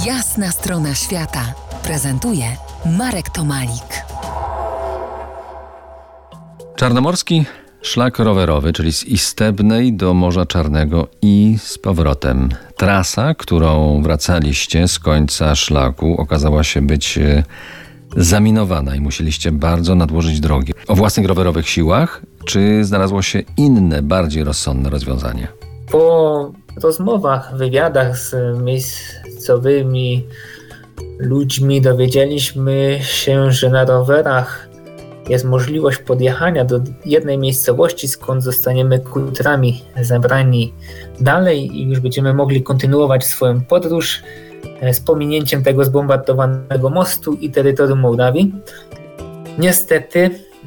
Jasna strona świata prezentuje Marek Tomalik. Czarnomorski szlak rowerowy, czyli z Istebnej do Morza Czarnego i z powrotem. Trasa, którą wracaliście z końca szlaku, okazała się być zaminowana i musieliście bardzo nadłożyć drogi. O własnych rowerowych siłach, czy znalazło się inne, bardziej rozsądne rozwiązanie? Po rozmowach, wywiadach z miejscowymi ludźmi dowiedzieliśmy się, że na rowerach jest możliwość podjechania do jednej miejscowości, skąd zostaniemy kutrami zabrani dalej i już będziemy mogli kontynuować swoją podróż z pominięciem tego zbombardowanego mostu i terytorium Mołdawii. Niestety,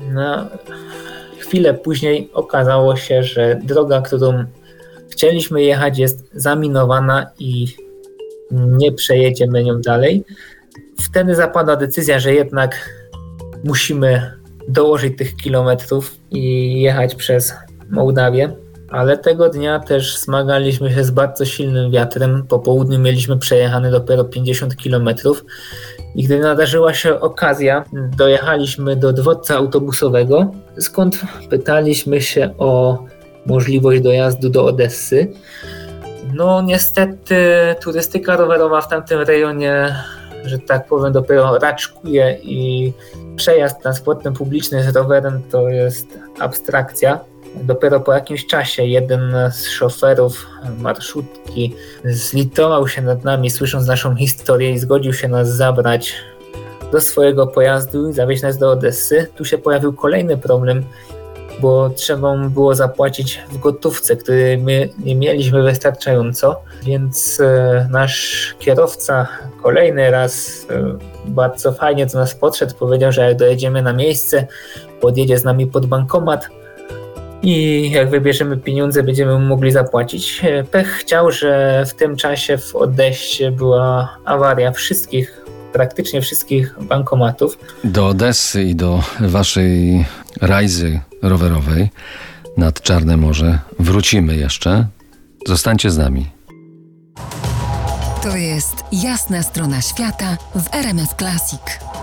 chwilę później okazało się, że droga, którą chcieliśmy jechać, jest zaminowana i nie przejedziemy nią dalej. Wtedy zapadła decyzja, że jednak musimy dołożyć tych kilometrów i jechać przez Mołdawię, ale tego dnia też zmagaliśmy się z bardzo silnym wiatrem. Po południu mieliśmy przejechane dopiero 50 kilometrów i gdy nadarzyła się okazja, dojechaliśmy do dworca autobusowego, skąd pytaliśmy się o możliwość dojazdu do Odessy. Niestety turystyka rowerowa w tamtym rejonie, że tak powiem, dopiero raczkuje i przejazd transportem publicznym z rowerem to jest abstrakcja. Dopiero po jakimś czasie jeden z szoferów marszutki zlitował się nad nami, słysząc naszą historię i zgodził się nas zabrać do swojego pojazdu i zawieźć nas do Odessy. Tu się pojawił kolejny problem, bo trzeba było zapłacić w gotówce, której my nie mieliśmy wystarczająco, więc nasz kierowca kolejny raz bardzo fajnie do nas podszedł, powiedział, że jak dojedziemy na miejsce, podjedzie z nami pod bankomat i jak wybierzemy pieniądze, będziemy mogli zapłacić. Pech chciał, że w tym czasie w Odessie była awaria praktycznie wszystkich bankomatów. Do Odessy i do waszej rajzy rowerowej nad Czarne Morze wrócimy jeszcze. Zostańcie z nami. To jest Jasna strona świata w RMF Classic.